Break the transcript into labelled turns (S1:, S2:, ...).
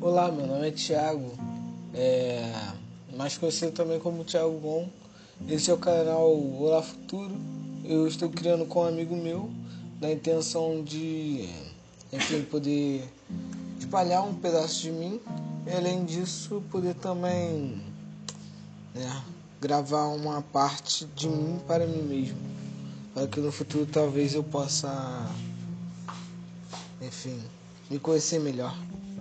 S1: Olá, meu nome é Thiago, mais conhecido também como Thiago Gon. Esse é o canal Olá Futuro. Eu estou criando com um amigo meu, na intenção de, poder espalhar um pedaço de mim. E além disso, poder também, gravar uma parte de mim para mim mesmo, para que no futuro talvez eu possa, me conhecer melhor.